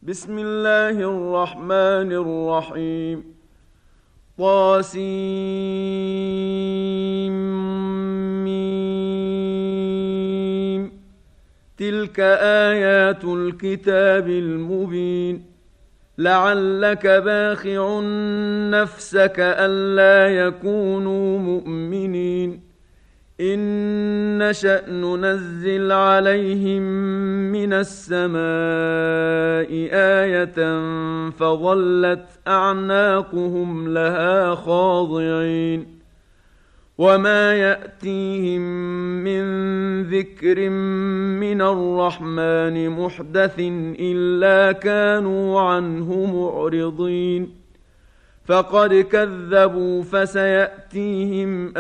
بسم الله الرحمن الرحيم. طاسيم. تلك آيات الكتاب المبين. لعلك باخع نفسك ألا يكونوا مؤمنين. إن نشأ ننزل عليهم من السماء آية فظلت أعناقهم لها خاضعين. وما يأتيهم من ذكر من الرحمن محدث إلا كانوا عنه معرضين. فقد كذبوا فسيأتيهم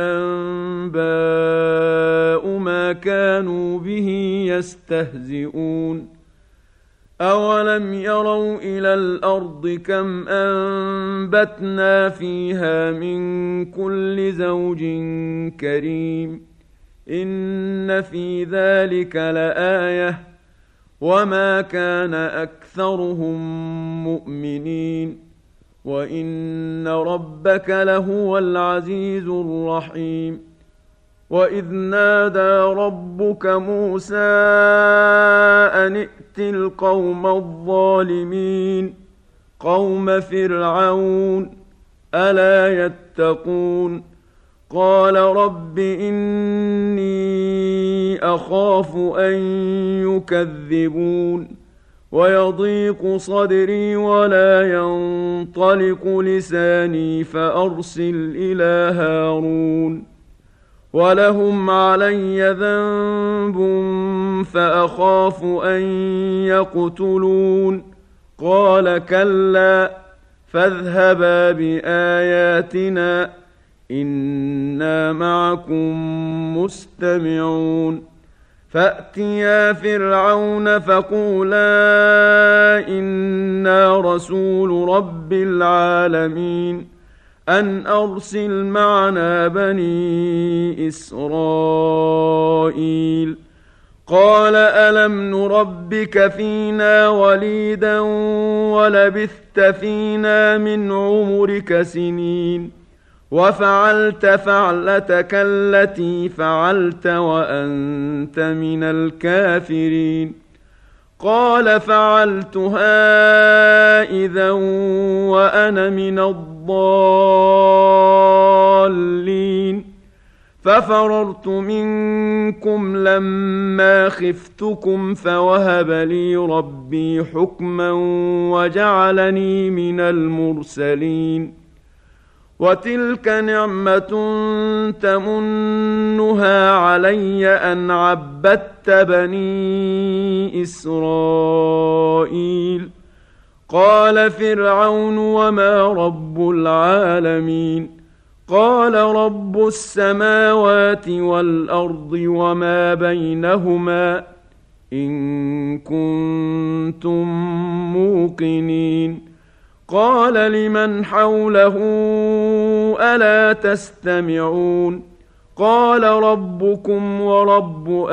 أنباء ما كانوا به يستهزئون. أولم يروا إلى الأرض كم أنبتنا فيها من كل زوج كريم. إن في ذلك لآية وما كان أكثرهم مؤمنين وإن ربك لهو العزيز الرحيم. وإذ نادى ربك موسى أن ائت القوم الظالمين قوم فرعون ألا يتقون. قال رب إني أخاف أن يكذبون ويضيق صدري ولا ينطلق لساني فأرسل إلى هارون ولهم علي ذنب فأخاف أن يقتلون. قال كلا فاذهبا بآياتنا إنا معكم مستمعون. فأتيا فرعون فقولا إنا رسول رب العالمين أن أرسل معنا بني إسرائيل. قال ألم نربك فينا وليدا ولبثت فينا من عمرك سنين وفعلت فعلتك التي فعلت وأنت من الكافرين. قال فعلتها إذا وأنا من الضالين ففررت منكم لما خفتكم فوهب لي ربي حكما وجعلني من المرسلين. وتلك نعمة تمنها علي أن عبدت بني إسرائيل. قال فرعون وما رب العالمين. قال رب السماوات والأرض وما بينهما إن كنتم موقنين. قال لمن حوله ألا تستمعون. قال ربكم ورب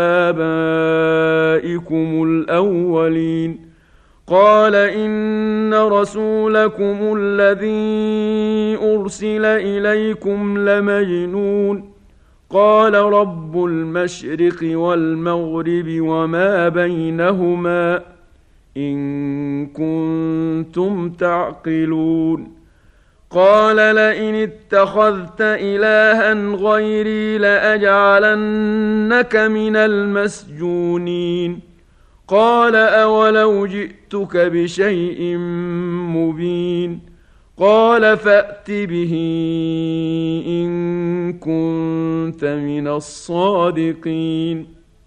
آبائكم الأولين. قال إن رسولكم الذي أرسل إليكم لمجنون. قال رب المشرق والمغرب وما بينهما إن كنتم تعقلون. قال لئن اتخذت إلها غيري لأجعلنك من المسجونين. قال أولو جئتك بشيء مبين. قال فأت به إن كنت من الصادقين.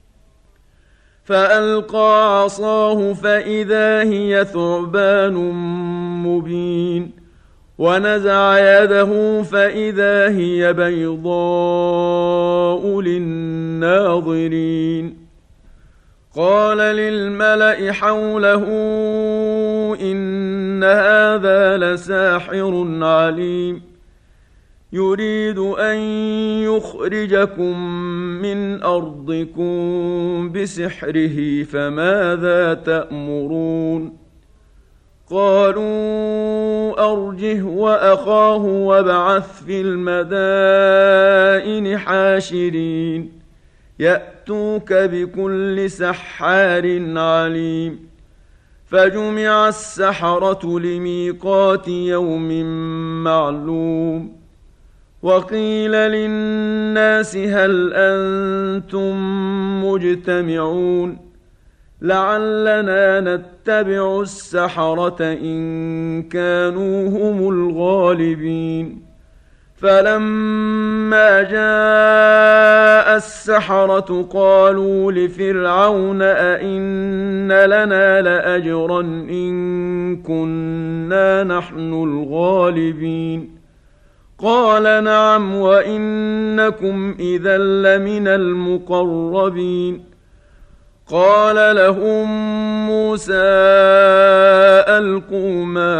فألقى عصاه فإذا هي ثعبان مبين ونزع يده فإذا هي بيضاء للناظرين. قال للملأ حوله إن هذا لساحر عليم يريد أن يخرجكم من أرضكم بسحره فماذا تأمرون قالوا أرجه وأخاه وابعث في المدائن حاشرين يأتوك بكل سحار عليم فجمع السحرة لميقات يوم معلوم وقيل للناس هل أنتم مجتمعون لعلنا نتبع السحرة إن كانوا هم الغالبين فلما جاء السحرة قالوا لفرعون أئن لنا لأجرا إن كنا نحن الغالبين قال نعم وإنكم إذا لمن المقربين قال لهم موسى ألقوا ما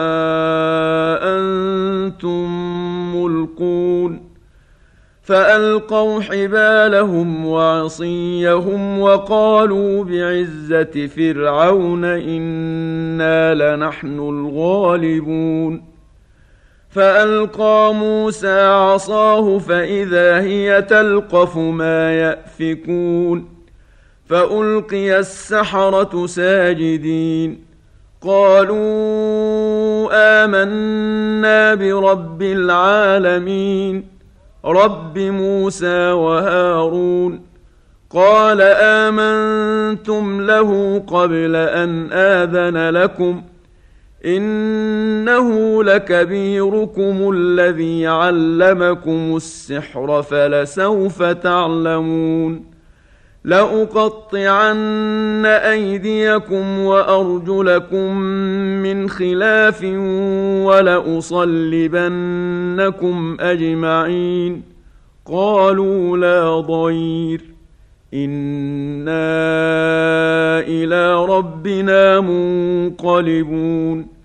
أنتم ملقون فألقوا حبالهم وعصيهم وقالوا بعزة فرعون إنا لنحن الغالبون فألقى موسى عصاه فإذا هي تلقف ما يأفكون فألقي السحرة ساجدين قالوا آمنا برب العالمين رب موسى وهارون قال آمنتم له قبل أن آذن لكم إنه لكبيركم الذي علمكم السحر فلسوف تعلمون لأقطعن أيديكم وأرجلكم من خلاف ولأصلبنكم أجمعين قالوا لا ضير إنا إلى ربنا منقلبون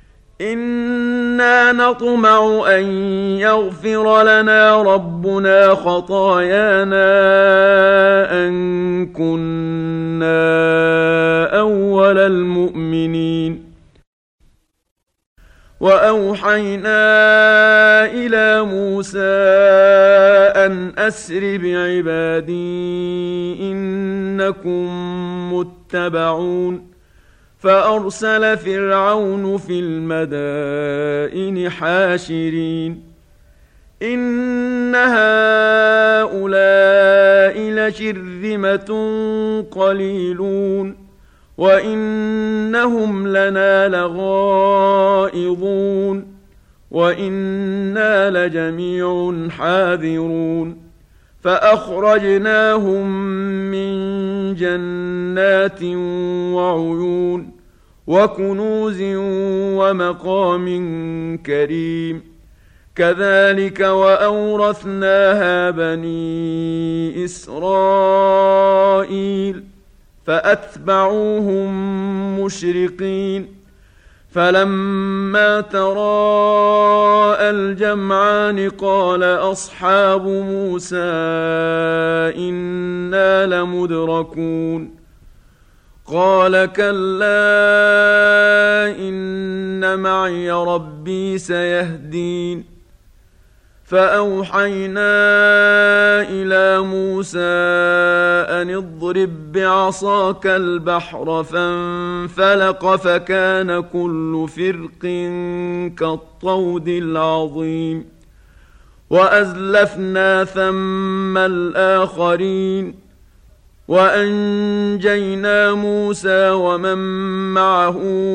إنا نطمع أن يغفر لنا ربنا خطايانا أن كنا أول المؤمنين وأوحينا إلى موسى أن أسر بعبادي إنكم متبعون فأرسل فرعون في المدائن حاشرين إن هؤلاء لشرذمة قليلون وإنهم لنا لغائظون وإنا لجميع حاذرون فأخرجناهم من جنات وعيون وكنوز ومقام كريم كذلك وأورثناها بني إسرائيل فأتبعوهم مشرقين فلما تراءى الجمعان قال أصحاب موسى إنا لمدركون قال كلا إن معي ربي سيهدين فأوحينا إلى موسى أن اضرب بعصاك البحر فانفلق فكان كل فرق كالطود العظيم وأزلفنا ثم الآخرين وأنجينا موسى ومن معه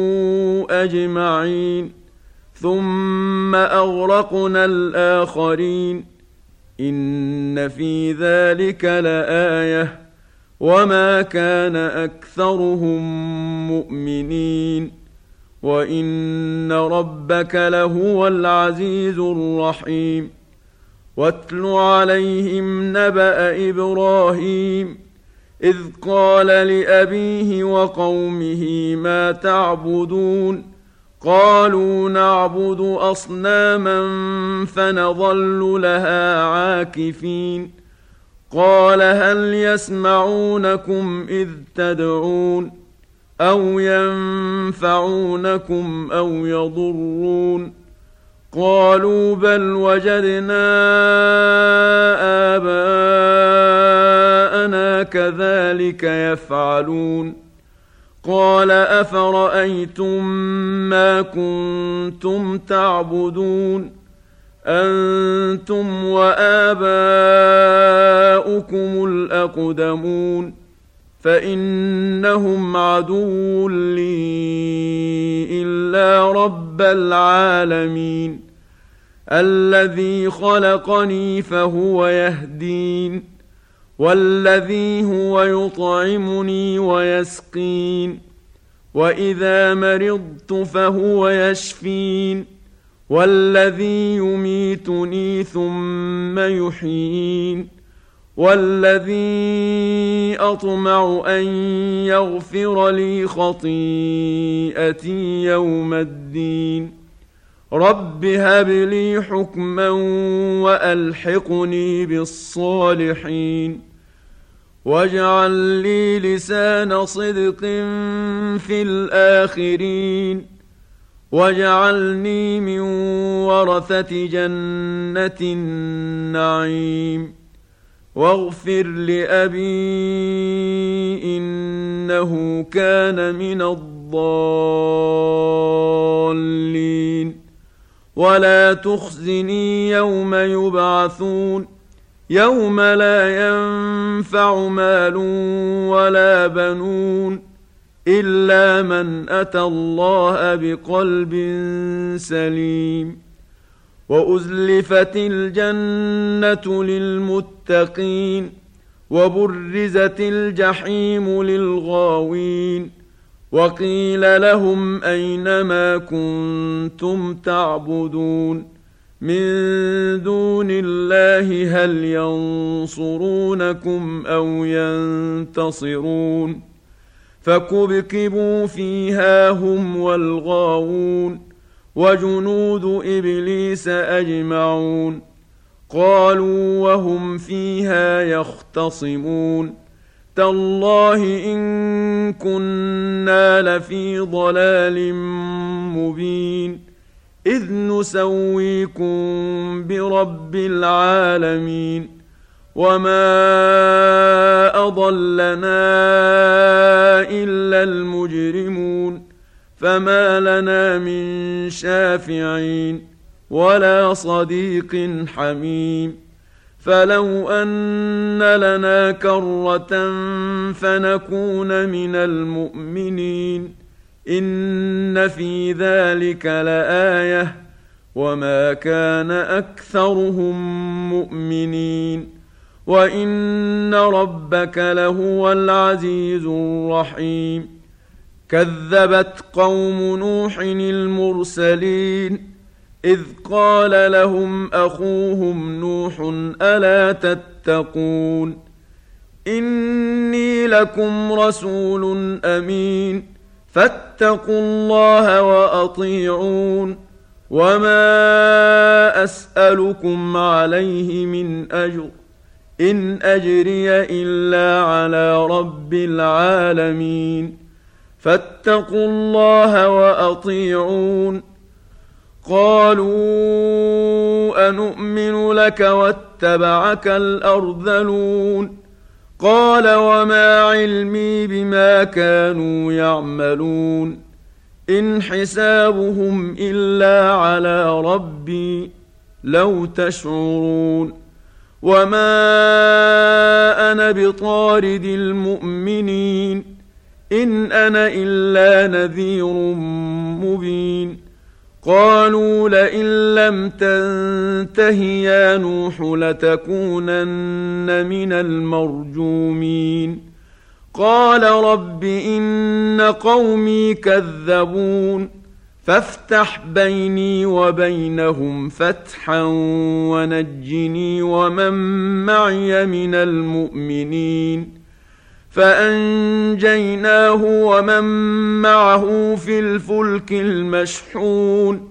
أجمعين ثم أغرقنا الآخرين إن في ذلك لآية وما كان أكثرهم مؤمنين وإن ربك لهو العزيز الرحيم واتل عليهم نبأ إبراهيم إذ قال لأبيه وقومه ما تعبدون قالوا نعبد أصناما فنظل لها عاكفين قال هل يسمعونكم إذ تدعون أو ينفعونكم أو يضرون قالوا بل وجدنا آباءنا كذلك يفعلون قال أفرأيتم ما كنتم تعبدون أنتم وآباؤكم الأقدمون فإنهم عدو لي إلا رب العالمين الذي خلقني فهو يهدين والذي هو يطعمني ويسقين وإذا مرضت فهو يشفين والذي يميتني ثم يحيين والذي أطمع أن يغفر لي خطيئتي يوم الدين رب هب لي حكما وألحقني بالصالحين واجعل لي لسان صدق في الآخرين واجعلني من ورثة جنة النعيم واغفر لأبي إنه كان من الضالين ولا تخزني يوم يبعثون يوم لا ينفع مال ولا بنون إلا من أتى الله بقلب سليم وأزلفت الجنة للمتقين وبرزت الجحيم للغاوين وقيل لهم أين ما كنتم تعبدون من دون الله هل ينصرونكم أو ينتصرون فكبكبوا فيها هم والغاوون وجنود إبليس أجمعون قالوا وهم فيها يختصمون تالله إن كنا لفي ضلال مبين إذ نسويكم برب العالمين وما أضلنا إلا المجرمون فما لنا من شافعين ولا صديق حميم فلو أن لنا كرة فنكون من المؤمنين إن في ذلك لآية وما كان أكثرهم مؤمنين وإن ربك لهو العزيز الرحيم كذبت قوم نوح المرسلين إذ قال لهم أخوهم نوح ألا تتقون إني لكم رسول أمين فاتقوا الله وأطيعون وما أسألكم عليه من أجر إن أجري إلا على رب العالمين فاتقوا الله وأطيعون قالوا أنؤمن لك واتبعك الأرذلون قال وما علمي بما كانوا يعملون إن حسابهم إلا على ربي لو تشعرون وما أنا بطارد المؤمنين إن أنا إلا نذير مبين قالوا لئن لم تنته يا نوح لتكونن من المرجومين قال رب إن قومي كذبون فافتح بيني وبينهم فتحا ونجني ومن معي من المؤمنين فأنجيناه ومن معه في الفلك المشحون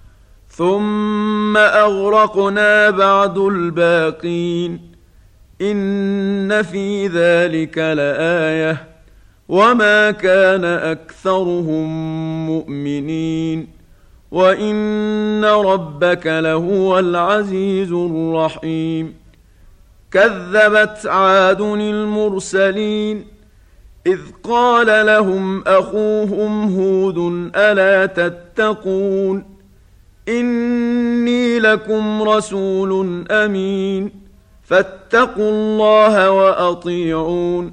ثم أغرقنا بعد الباقين إن في ذلك لآية وما كان أكثرهم مؤمنين وإن ربك لهو العزيز الرحيم. كذبت عاد المرسلين إذ قال لهم أخوهم هود ألا تتقون إني لكم رسول أمين فاتقوا الله وأطيعون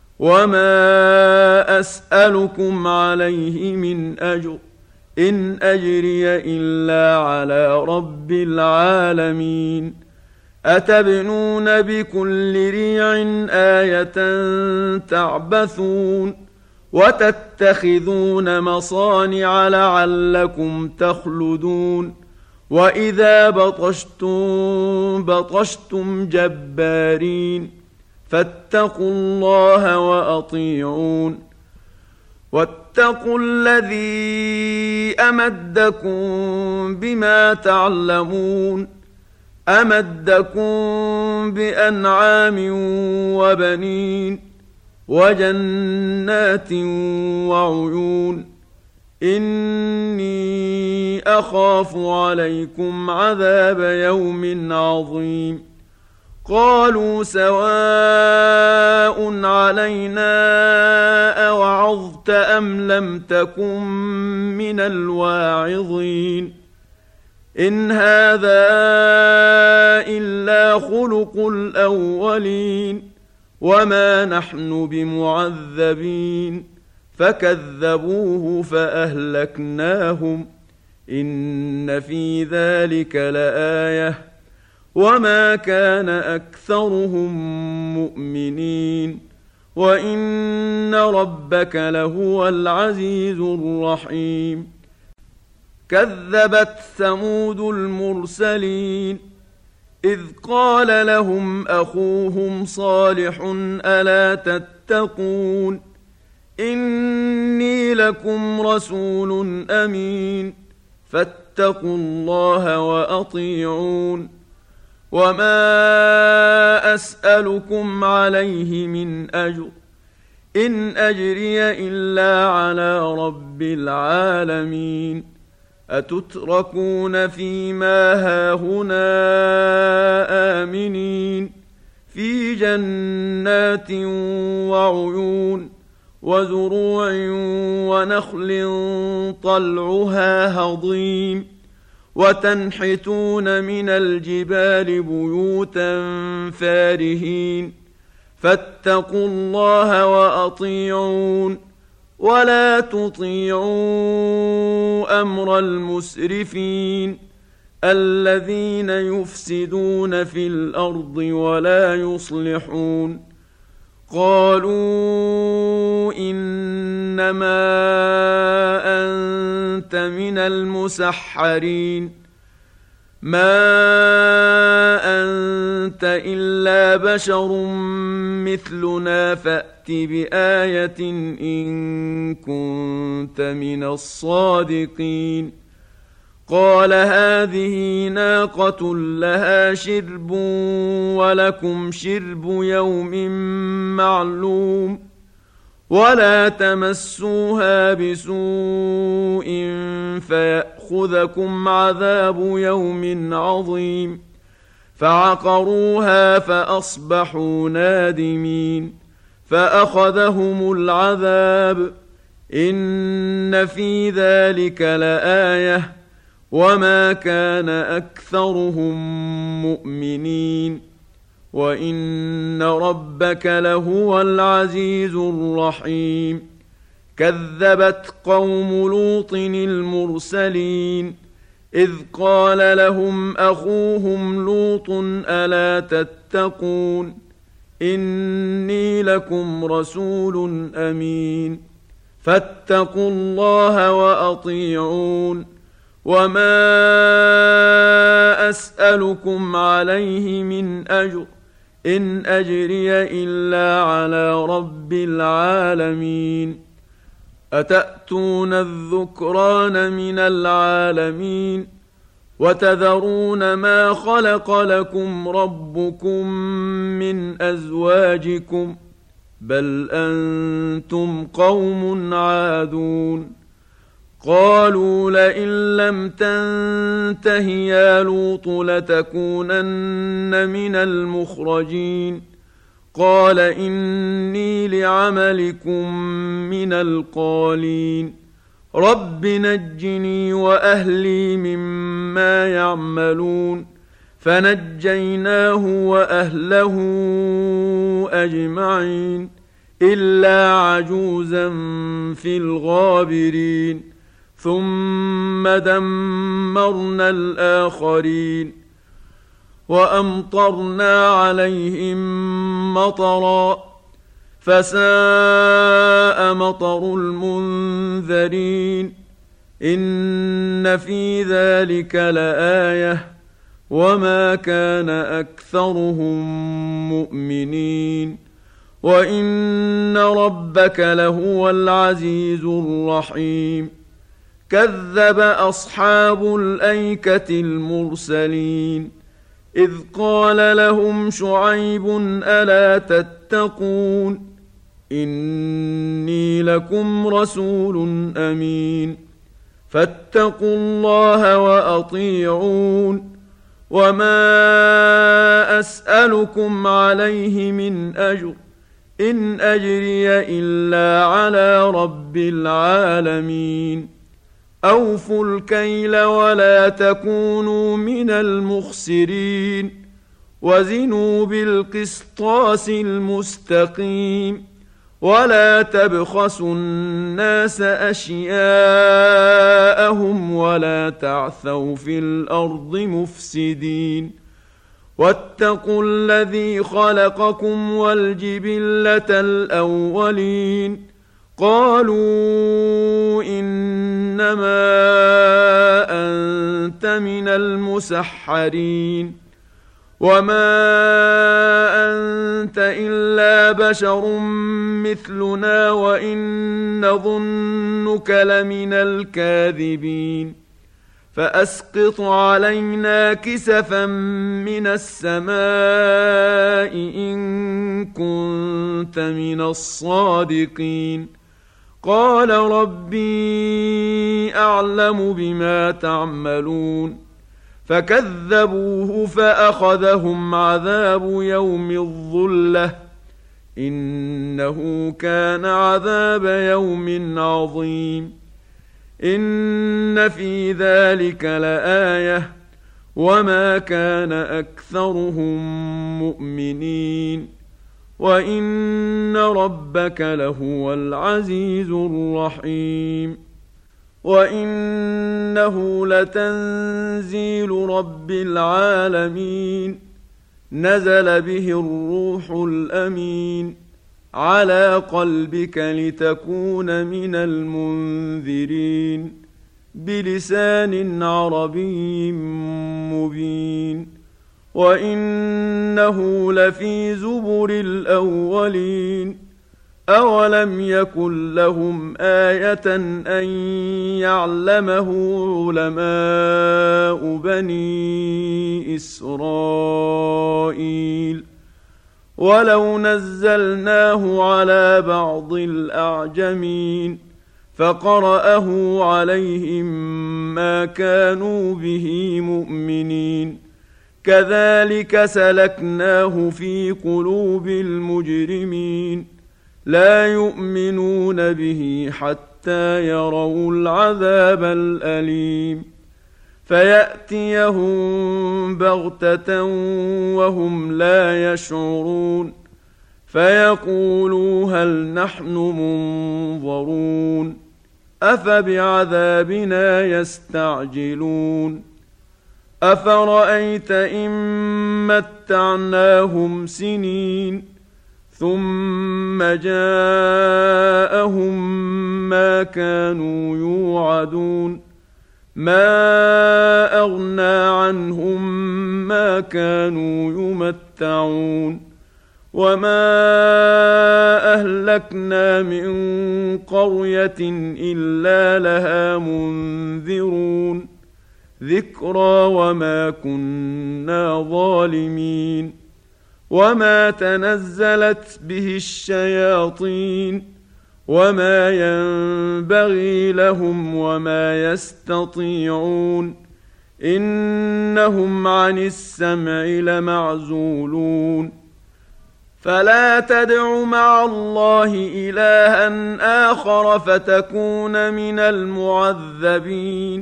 وما أسألكم عليه من أجر إن أجري إلا على رب العالمين. أتبنون بكل ريع آية تعبثون وتتخذون مصانع لعلكم تخلدون وإذا بطشتم بطشتم جبارين فاتقوا الله وأطيعون واتقوا الذي أمدكم بما تعلمون أمدكم بأنعام وبنين وجنات وعيون إني أخاف عليكم عذاب يوم عظيم. قالوا سواء علينا أوعظت أم لم تكن من الواعظين إن هذا إلا خلق الأولين وما نحن بمعذبين فكذبوه فأهلكناهم إن في ذلك لآية وما كان أكثرهم مؤمنين وإن ربك لهو العزيز الرحيم. كذبت ثمود المرسلين إذ قال لهم أخوهم صالح ألا تتقون إني لكم رسول أمين فاتقوا الله وأطيعون وما أسألكم عليه من أجر إن أجري إلا على رب العالمين. أتتركون فيما هاهنا آمنين في جنات وعيون وزروع ونخل طلعها هضيم وتنحتون من الجبال بيوتا فارهين فاتقوا الله وأطيعون ولا تطيعوا أمر المسرفين الذين يفسدون في الأرض ولا يصلحون. قالوا إنما أنت من المسحرين ما أنت إلا بشر مثلنا فأت بآية إن كنت من الصادقين. قال هذه ناقة لها شرب ولكم شرب يوم معلوم ولا تمسوها بسوء فيأخذكم عذاب يوم عظيم. فعقروها فأصبحوا نادمين فأخذهم العذاب إن في ذلك لآية وما كان أكثرهم مؤمنين وإن ربك لهو العزيز الرحيم. كذبت قوم لوط المرسلين إذ قال لهم أخوهم لوط ألا تتقون إني لكم رسول أمين فاتقوا الله وأطيعون وما أسألكم عليه من أجر إن أجري إلا على رب العالمين. أتأتون الذكران من العالمين وتذرون ما خلق لكم ربكم من أزواجكم بل أنتم قوم عادون قالوا لئن لم تنته يا لوط لتكونن من المخرجين قال إني لعملكم من القالين رب نجني وأهلي مما يعملون فنجيناه وأهله أجمعين إلا عجوزا في الغابرين ثم دمرنا الآخرين وأمطرنا عليهم مطرا فساء مطر المنذرين إن في ذلك لآية وما كان أكثرهم مؤمنين وإن ربك لهو العزيز الرحيم كذب أصحاب الأيكة المرسلين إذ قال لهم شعيب ألا تتقون إني لكم رسول أمين فاتقوا الله وأطيعون وما أسألكم عليه من أجر إن أجري إلا على رب العالمين أوفوا الكيل ولا تكونوا من المخسرين وزنوا بالقسطاس المستقيم ولا تبخسوا الناس أشياءهم ولا تعثوا في الأرض مفسدين واتقوا الذي خلقكم والجبلة الأولين قالوا إنما أنت من المسحرين وما أنت إلا بشر مثلنا وإن نظنك لمن الكاذبين فأسقط علينا كسفا من السماء إن كنت من الصادقين قال ربي أعلم بما تعملون فكذبوه فأخذهم عذاب يوم الظلة إنه كان عذاب يوم عظيم إن في ذلك لآية وما كان أكثرهم مؤمنين وإن ربك لهو العزيز الرحيم وإنه لتنزيل رب العالمين نزل به الروح الأمين على قلبك لتكون من المنذرين بلسان عربي مبين وإنه لفي زبر الأولين أولم يكن لهم آية أن يعلمه علماء بني إسرائيل ولو نزلناه على بعض الأعجمين فقرأه عليهم ما كانوا به مؤمنين كذلك سلكناه في قلوب المجرمين لا يؤمنون به حتى يروا العذاب الأليم فيأتيهم بغتة وهم لا يشعرون فيقولوا هل نحن منظرون أفبعذابنا يستعجلون أفرأيت إن متعناهم سنين ثم جاءهم ما كانوا يوعدون ما أغنى عنهم ما كانوا يمتعون وما أهلكنا من قرية إلا لها منذرون ذكرى وما كنا ظالمين وما تنزلت به الشياطين وما ينبغي لهم وما يستطيعون إنهم عن السمع لمعزولون فلا تدع مع الله إلها آخر فتكون من المعذبين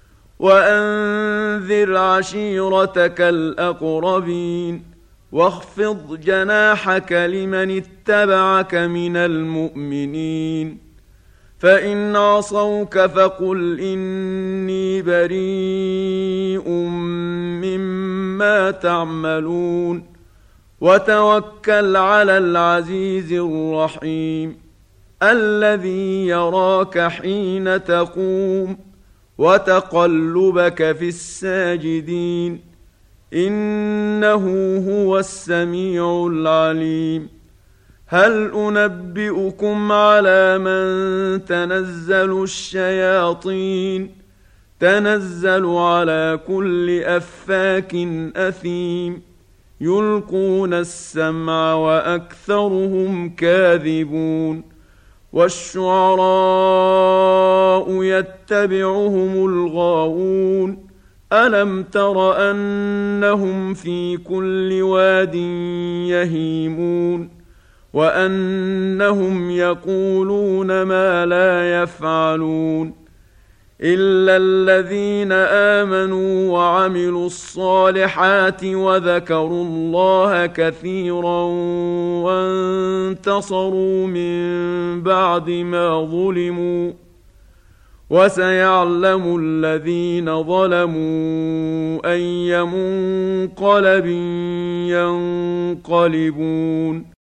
وأنذر عشيرتك الأقربين واخفض جناحك لمن اتبعك من المؤمنين فإن عصوك فقل إني بريء مما تعملون وتوكل على العزيز الرحيم الذي يراك حين تقوم وتقلبك في الساجدين إنه هو السميع العليم هل أنبئكم على من تنزل الشياطين تنزل على كل أفاك أثيم يلقون السمع وأكثرهم كاذبون والشعراء يتبعهم الغاوون ألم تر أنهم في كل واد يهيمون وأنهم يقولون ما لا يفعلون إلا الذين آمنوا وعملوا الصالحات وذكروا الله كثيرا وانتصروا من بعد ما ظلموا وسيعلم الذين ظلموا أي منقلب ينقلبون